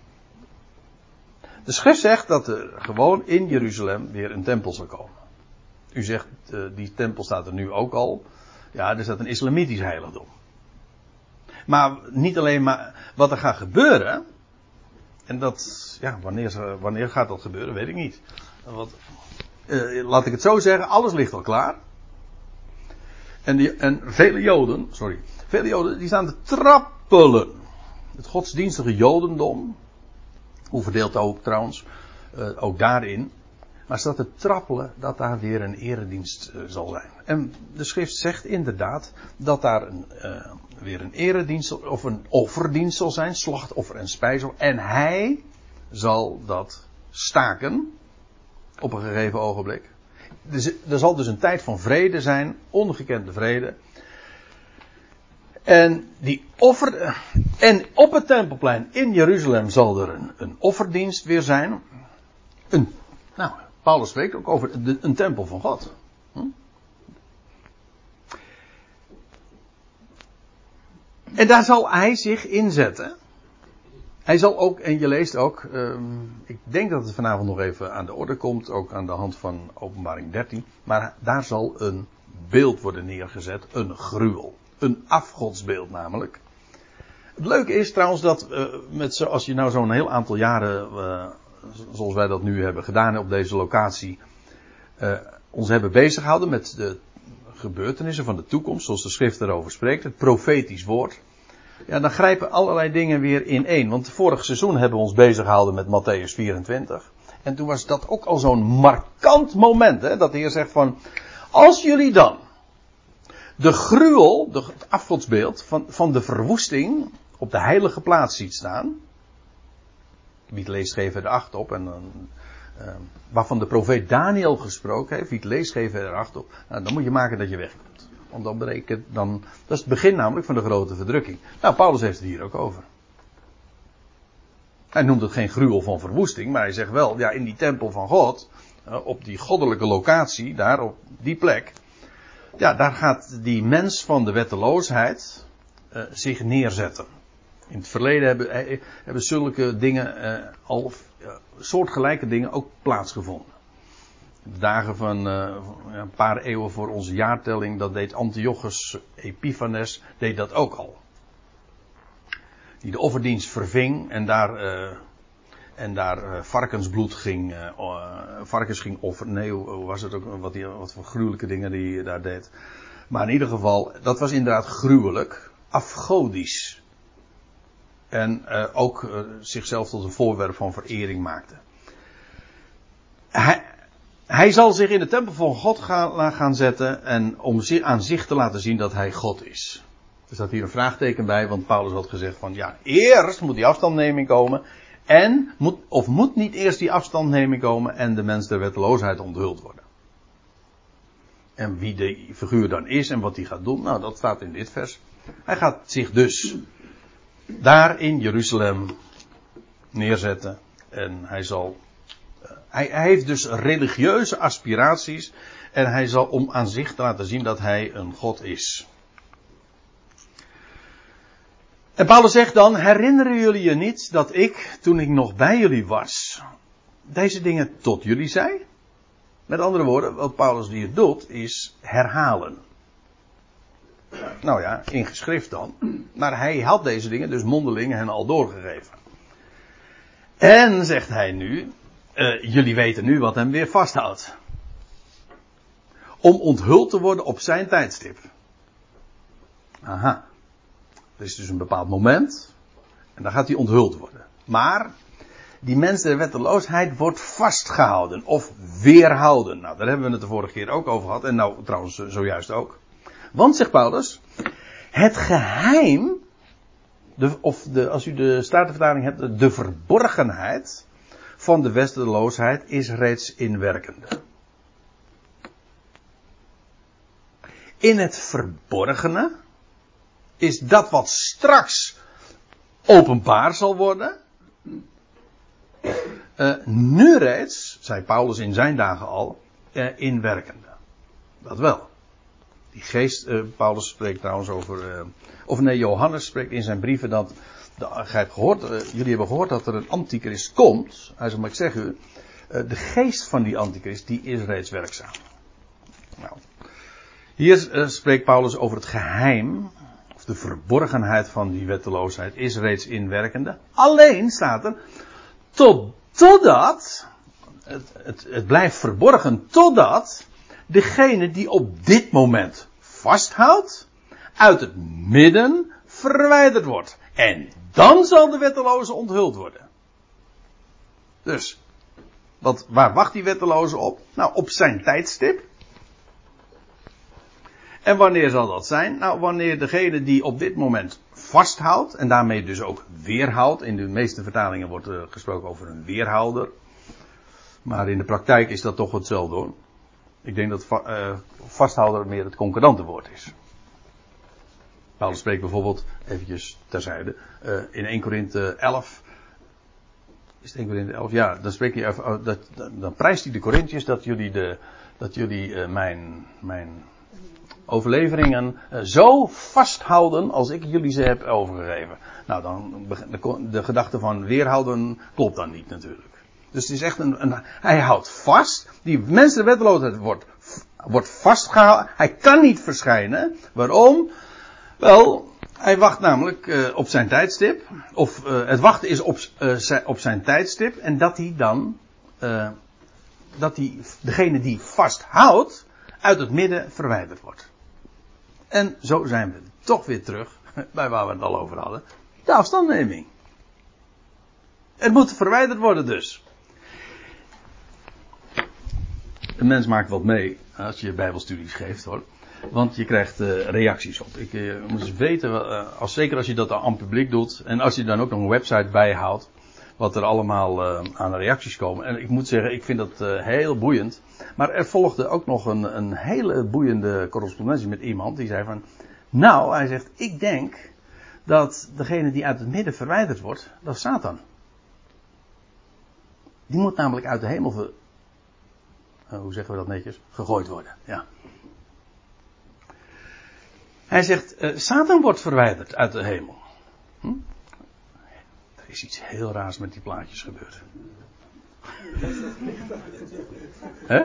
De schrift zegt dat er gewoon in Jeruzalem weer een tempel zal komen. U zegt, die tempel staat er nu ook al. Ja, er staat een islamitisch heiligdom. Maar niet alleen maar wat er gaat gebeuren. En dat, ja, wanneer gaat dat gebeuren, weet ik niet. Laat ik het zo zeggen, alles ligt al klaar. En vele Joden die staan te trappelen. Het godsdienstige Jodendom, hoe verdeeld ook trouwens, ook daarin. Maar staat te trappelen dat daar weer een eredienst zal zijn. En de schrift zegt inderdaad dat daar weer een eredienst of een offerdienst zal zijn. Slachtoffer en spijzel. En hij zal dat staken. Op een gegeven ogenblik. Dus, er zal dus een tijd van vrede zijn. Ongekende vrede. En op het Tempelplein in Jeruzalem zal er een offerdienst weer zijn. Paulus spreekt ook over een tempel van God. En daar zal hij zich inzetten. Hij zal ook, en je leest ook, ik denk dat het vanavond nog even aan de orde komt, ook aan de hand van Openbaring 13. Maar daar zal een beeld worden neergezet, een gruwel. Een afgodsbeeld namelijk. Het leuke is trouwens dat, als je nou zo'n heel aantal jaren, zoals wij dat nu hebben gedaan op deze locatie, ons hebben bezig gehouden met de gebeurtenissen van de toekomst, zoals de schrift erover spreekt, het profetisch woord. Ja, dan grijpen allerlei dingen weer ineen. Want vorig seizoen hebben we ons bezig gehouden met Mattheüs 24. En toen was dat ook al zo'n markant moment, hè, dat de Heer zegt van, als jullie dan de gruwel, het afgodsbeeld van de verwoesting op de heilige plaats ziet staan. Wie het leest geven er acht op. En waarvan de profeet Daniel gesproken heeft. Wie het leest geven er acht op. Nou, dan moet je maken dat je wegkomt. Want dat is het begin namelijk van de grote verdrukking. Nou, Paulus heeft het hier ook over. Hij noemt het geen gruwel van verwoesting. Maar hij zegt wel, ja, in die tempel van God. Op die goddelijke locatie, daar op die plek. Ja, daar gaat die mens van de wetteloosheid zich neerzetten. In het verleden hebben zulke dingen soortgelijke dingen ook plaatsgevonden. De dagen van een paar eeuwen voor onze jaartelling, dat deed Antiochus Epiphanes, deed dat ook al. Die de offerdienst verving en daar varkensbloed varkens ging offeren. Nee, hoe was het ook, wat voor gruwelijke dingen die daar deed. Maar in ieder geval, dat was inderdaad gruwelijk, afgodisch. En ook zichzelf tot een voorwerp van verering maakte. Hij zal zich in de tempel van God gaan zetten en om aan zich te laten zien dat hij God is. Er staat hier een vraagteken bij, want Paulus had gezegd van ja, eerst moet die afstandneming komen. En moet niet eerst die afstandneming komen en de mens der wetteloosheid onthuld worden. En wie die figuur dan is en wat hij gaat doen, nou dat staat in dit vers. Hij gaat zich dus daar in Jeruzalem neerzetten. En hij heeft dus religieuze aspiraties. En hij zal om aan zich te laten zien dat hij een God is. En Paulus zegt dan, herinneren jullie je niet dat ik, toen ik nog bij jullie was, deze dingen tot jullie zei? Met andere woorden, wat Paulus hier doet, is herhalen. Nou ja, in geschrift dan. Maar hij had deze dingen dus mondeling hen al doorgegeven. En, zegt hij nu, jullie weten nu wat hem weer vasthoudt. om onthuld te worden op zijn tijdstip. Aha. Er is dus een bepaald moment. En dan gaat hij onthuld worden. Maar die mens der wetteloosheid wordt vastgehouden. Of weerhouden. Nou, daar hebben we het de vorige keer ook over gehad. En nou trouwens zojuist ook. Want, zegt Paulus, het geheim, als u de Statenvertaling hebt, de verborgenheid van de wetteloosheid is reeds inwerkende. In het verborgene is dat wat straks openbaar zal worden. Nu reeds, zei Paulus in zijn dagen al, inwerkende. Dat wel. Die geest, Paulus spreekt trouwens over, Johannes spreekt in zijn brieven dat, jullie hebben gehoord dat er een antichrist komt. Hij zegt, maar ik zeg u, de geest van die antichrist, die is reeds werkzaam. Nou, hier spreekt Paulus over het geheim, of de verborgenheid van die wetteloosheid, is reeds inwerkende. Alleen staat er, totdat, het blijft verborgen, totdat degene die op dit moment vasthoudt, uit het midden verwijderd wordt. En dan zal de wetteloze onthuld worden. Dus, waar wacht die wetteloze op? Nou, op zijn tijdstip. En wanneer zal dat zijn? Nou, wanneer degene die op dit moment vasthoudt, en daarmee dus ook weerhoudt. In de meeste vertalingen wordt gesproken over een weerhouder. Maar in de praktijk is dat toch hetzelfde hoor. Ik denk dat vasthouder meer het concordante woord is. Paulus spreekt bijvoorbeeld, eventjes terzijde, in 1 Korinthe 11. Is het 1 Korinthe 11? Ja, dan spreekt hij dan prijst hij de Korinthiërs dat jullie mijn overleveringen zo vasthouden als ik jullie ze heb overgegeven. Nou, dan de gedachte van weerhouden klopt dan niet natuurlijk. Dus het is echt hij houdt vast. Die mens der wetteloosheid wordt vastgehouden. Hij kan niet verschijnen. Waarom? Wel, hij wacht namelijk op zijn tijdstip. Of het wachten is op zijn tijdstip. En dat hij dan, degene die vasthoudt, uit het midden verwijderd wordt. En zo zijn we toch weer terug bij waar we het al over hadden. De afstandneming. Het moet verwijderd worden dus. Een mens maakt wat mee als je bijbelstudies geeft hoor. Want je krijgt reacties op. Je moet eens weten, zeker als je dat aan het publiek doet. En als je dan ook nog een website bijhoudt. Wat er allemaal aan reacties komen. En ik moet zeggen, ik vind dat heel boeiend. Maar er volgde ook nog een hele boeiende correspondentie met iemand. Die zei van, nou, hij zegt, ik denk dat degene die uit het midden verwijderd wordt, dat is Satan. Die moet namelijk uit de hemel hoe zeggen we dat netjes? Gegooid worden, ja. Hij zegt, Satan wordt verwijderd uit de hemel. Er is iets heel raars met die plaatjes gebeurd. Hè?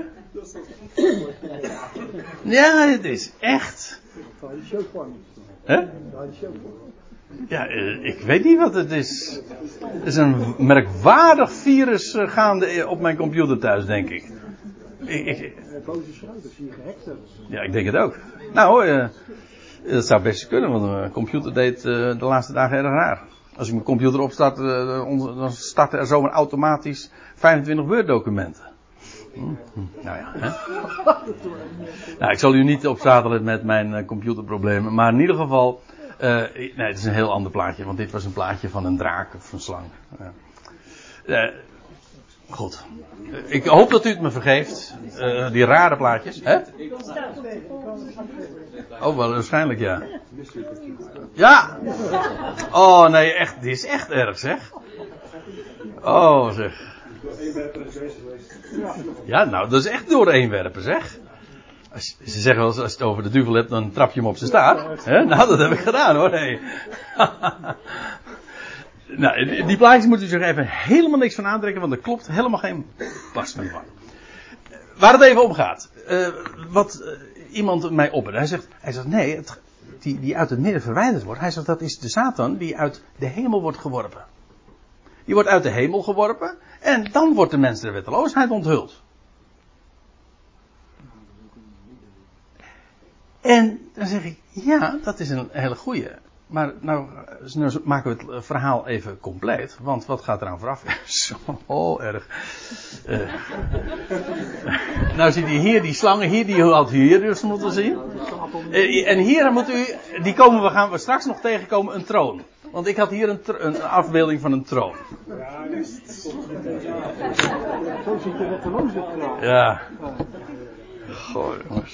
Ja, het is echt. Hè? Ja, ik weet niet wat het is. Het is een merkwaardig virus gaande op mijn computer thuis, denk ik. Boze schrijvers die gehackt hebben. Ja, ik denk het ook. Nou, dat zou best kunnen, want mijn computer deed de laatste dagen erg raar. Als ik mijn computer opstart, dan starten er zomaar automatisch 25 Word-documenten. Nou ja, hè? Nou, ik zal u niet opzadelen met mijn computerproblemen, maar in ieder geval, nee, het is een heel ander plaatje, want dit was een plaatje van een draak of een slang. Goed. Ik hoop dat u het me vergeeft. Die rare plaatjes. Hè? Oh, wel waarschijnlijk ja. Ja! Oh nee, echt. Die is echt erg zeg. Oh zeg. Ja, nou, dat is echt dooreenwerpen zeg. Ze zeggen wel eens, als je het over de duivel hebt, dan trap je hem op zijn staart. Hè? Nou, dat heb ik gedaan hoor. Nee. Nou, die plaatjes moet u zich even helemaal niks van aantrekken, want er klopt helemaal geen pas meer van. Waar het even om gaat. Iemand mij opperde. Hij zegt nee, die uit het midden verwijderd wordt. Hij zegt dat is de Satan die uit de hemel wordt geworpen. Die wordt uit de hemel geworpen en dan wordt de mens der wetteloosheid onthuld. En dan zeg ik, ja, dat is een hele goeie. Maar nou maken we het verhaal even compleet. Want wat gaat eraan vooraf? Zo erg. Nou ziet u hier die slangen, die had u hier dus moeten zien. En hier moet u, gaan we straks nog tegenkomen, een troon. Want ik had hier een afbeelding van een troon. Zo ziet de wetteloos eruit. Ja. Goh, jongens.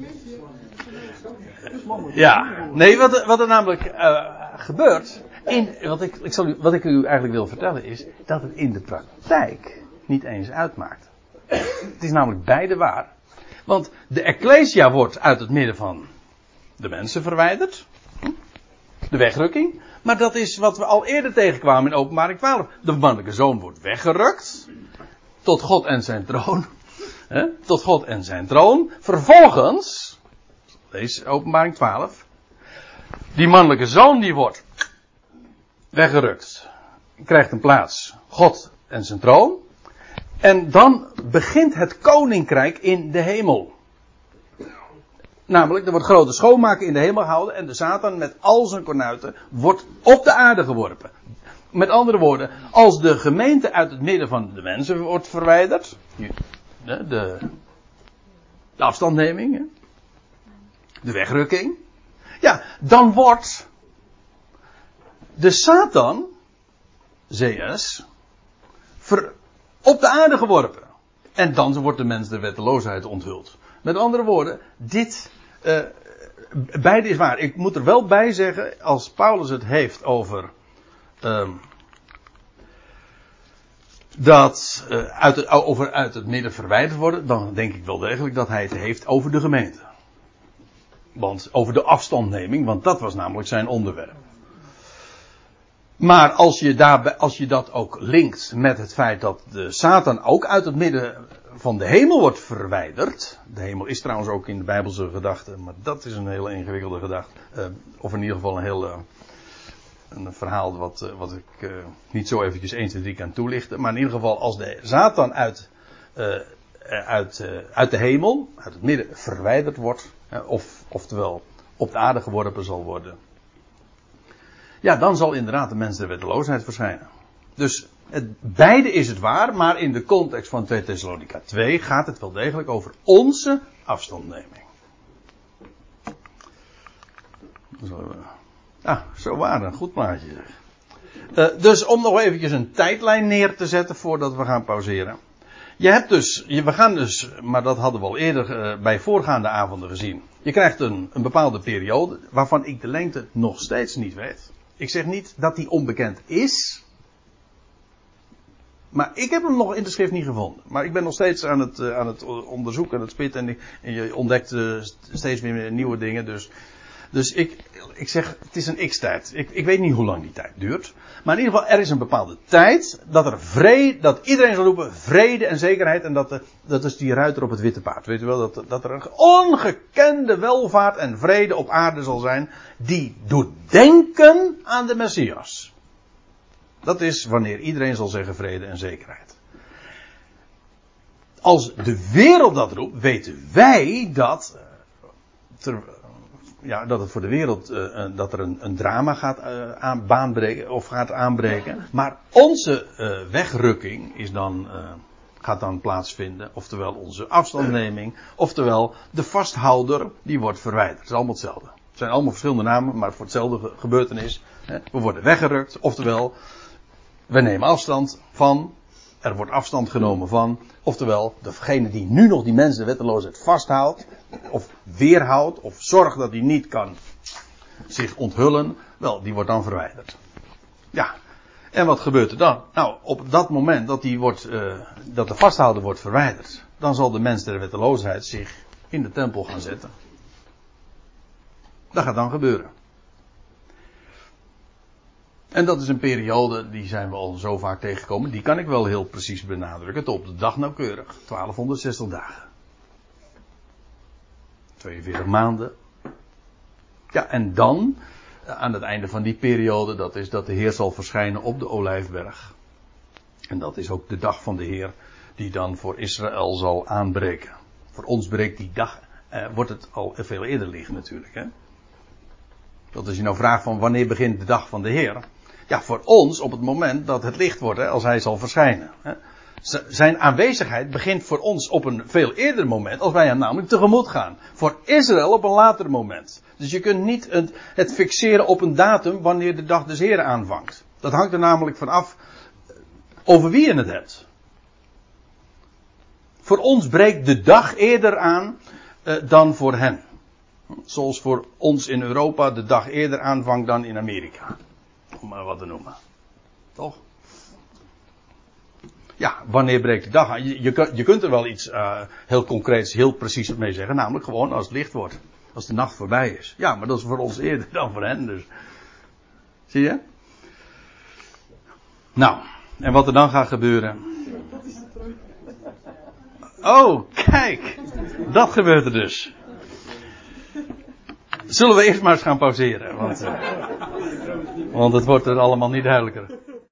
Ja, nee, wat er namelijk gebeurt, wat ik u eigenlijk wil vertellen is, dat het in de praktijk niet eens uitmaakt. Het is namelijk beide waar. Want de Ecclesia wordt uit het midden van de mensen verwijderd. De wegrukking. Maar dat is wat we al eerder tegenkwamen in Openbaring 12. De mannelijke zoon wordt weggerukt. Tot God en zijn troon. Tot God en zijn troon. Vervolgens, lees Openbaring 12. Die mannelijke zoon die wordt weggerukt. Krijgt een plaats. God en zijn troon. En dan begint het koninkrijk in de hemel. Namelijk, er wordt grote schoonmaken in de hemel gehouden. En de Satan met al zijn kornuiten wordt op de aarde geworpen. Met andere woorden, als de gemeente uit het midden van de mensen wordt verwijderd. De afstandneming. De wegrukking. Ja, dan wordt de Satan, CS, op de aarde geworpen. En dan wordt de mens de wetteloosheid onthuld. Met andere woorden, beide is waar. Ik moet er wel bij zeggen, als Paulus het heeft over uit het midden verwijderd worden, dan denk ik wel degelijk dat hij het heeft over de gemeente. Want over de afstandneming, want dat was namelijk zijn onderwerp. Maar als je dat ook linkt met het feit dat de Satan ook uit het midden van de hemel wordt verwijderd. De hemel is trouwens ook in de Bijbelse gedachte, maar dat is een hele ingewikkelde gedachte. Of in ieder geval een verhaal wat ik niet zo eventjes 1, 2, 3 kan toelichten. Maar in ieder geval als de Satan uit de hemel, uit het midden verwijderd wordt. Oftewel op de aarde geworpen zal worden. Ja, dan zal inderdaad de mens der wetteloosheid verschijnen. Dus beide is het waar, maar in de context van 2 Thessalonica 2 gaat het wel degelijk over onze afstandneming. Zo waar, een goed plaatje. Dus om nog eventjes een tijdlijn neer te zetten voordat we gaan pauzeren. We gaan dus, maar dat hadden we al eerder bij voorgaande avonden gezien. Je krijgt een bepaalde periode waarvan ik de lengte nog steeds niet weet. Ik zeg niet dat die onbekend is. Maar ik heb hem nog in de schrift niet gevonden. Maar ik ben nog steeds aan het onderzoeken en het spitten. En je ontdekt steeds weer nieuwe dingen. Dus ik zeg, het is een x-tijd. Ik weet niet hoe lang die tijd duurt. Maar in ieder geval, er is een bepaalde tijd dat iedereen zal roepen vrede en zekerheid. En dat is die ruiter op het witte paard. Weet u wel, dat er een ongekende welvaart en vrede op aarde zal zijn. Die doet denken aan de Messias. Dat is wanneer iedereen zal zeggen vrede en zekerheid. Als de wereld dat roept, weten wij dat het voor de wereld dat er een drama gaat aanbreken. Maar onze wegrukking gaat dan plaatsvinden. Oftewel onze afstandneming. Oftewel de vasthouder die wordt verwijderd. Het is allemaal hetzelfde. Het zijn allemaal verschillende namen, maar voor hetzelfde gebeurtenis. We worden weggerukt. Oftewel, we nemen afstand van. Er wordt afstand genomen van. Oftewel, degene die nu nog die mensen de wetteloosheid vasthoudt. Of weerhoudt. Of zorgt dat die niet kan zich onthullen. Wel, die wordt dan verwijderd. Ja. En wat gebeurt er dan? Nou, op dat moment dat de vasthouder wordt verwijderd. Dan zal de mens der wetteloosheid zich in de tempel gaan zetten. Dat gaat dan gebeuren. En dat is een periode, die zijn we al zo vaak tegengekomen. Die kan ik wel heel precies benadrukken. Tot op de dag nauwkeurig. 1260 dagen. 42 maanden. Ja, en dan, aan het einde van die periode, dat is dat de Heer zal verschijnen op de Olijfberg. En dat is ook de dag van de Heer, die dan voor Israël zal aanbreken. Voor ons breekt die dag wordt het al veel eerder licht natuurlijk. Hè? Dat als je nou vraagt van wanneer begint de dag van de Heer. Ja, voor ons op het moment dat het licht wordt, hè, als hij zal verschijnen. Hè. Zijn aanwezigheid begint voor ons op een veel eerder moment, als wij hem namelijk tegemoet gaan. Voor Israël op een later moment. Dus je kunt niet het fixeren op een datum wanneer de dag des Heren aanvangt. Dat hangt er namelijk van af over wie je het hebt. Voor ons breekt de dag eerder aan dan voor hen. Zoals voor ons in Europa de dag eerder aanvangt dan in Amerika. Om maar wat te noemen. Toch? Ja, wanneer breekt de dag aan? Je kunt er wel iets heel concreets, heel precies mee zeggen. Namelijk gewoon als het licht wordt. Als de nacht voorbij is. Ja, maar dat is voor ons eerder dan voor hen. Dus. Zie je? Nou, en wat er dan gaat gebeuren. Oh, kijk. Dat gebeurt er dus. Zullen we eerst maar eens gaan pauzeren. Want het wordt er allemaal niet duidelijker.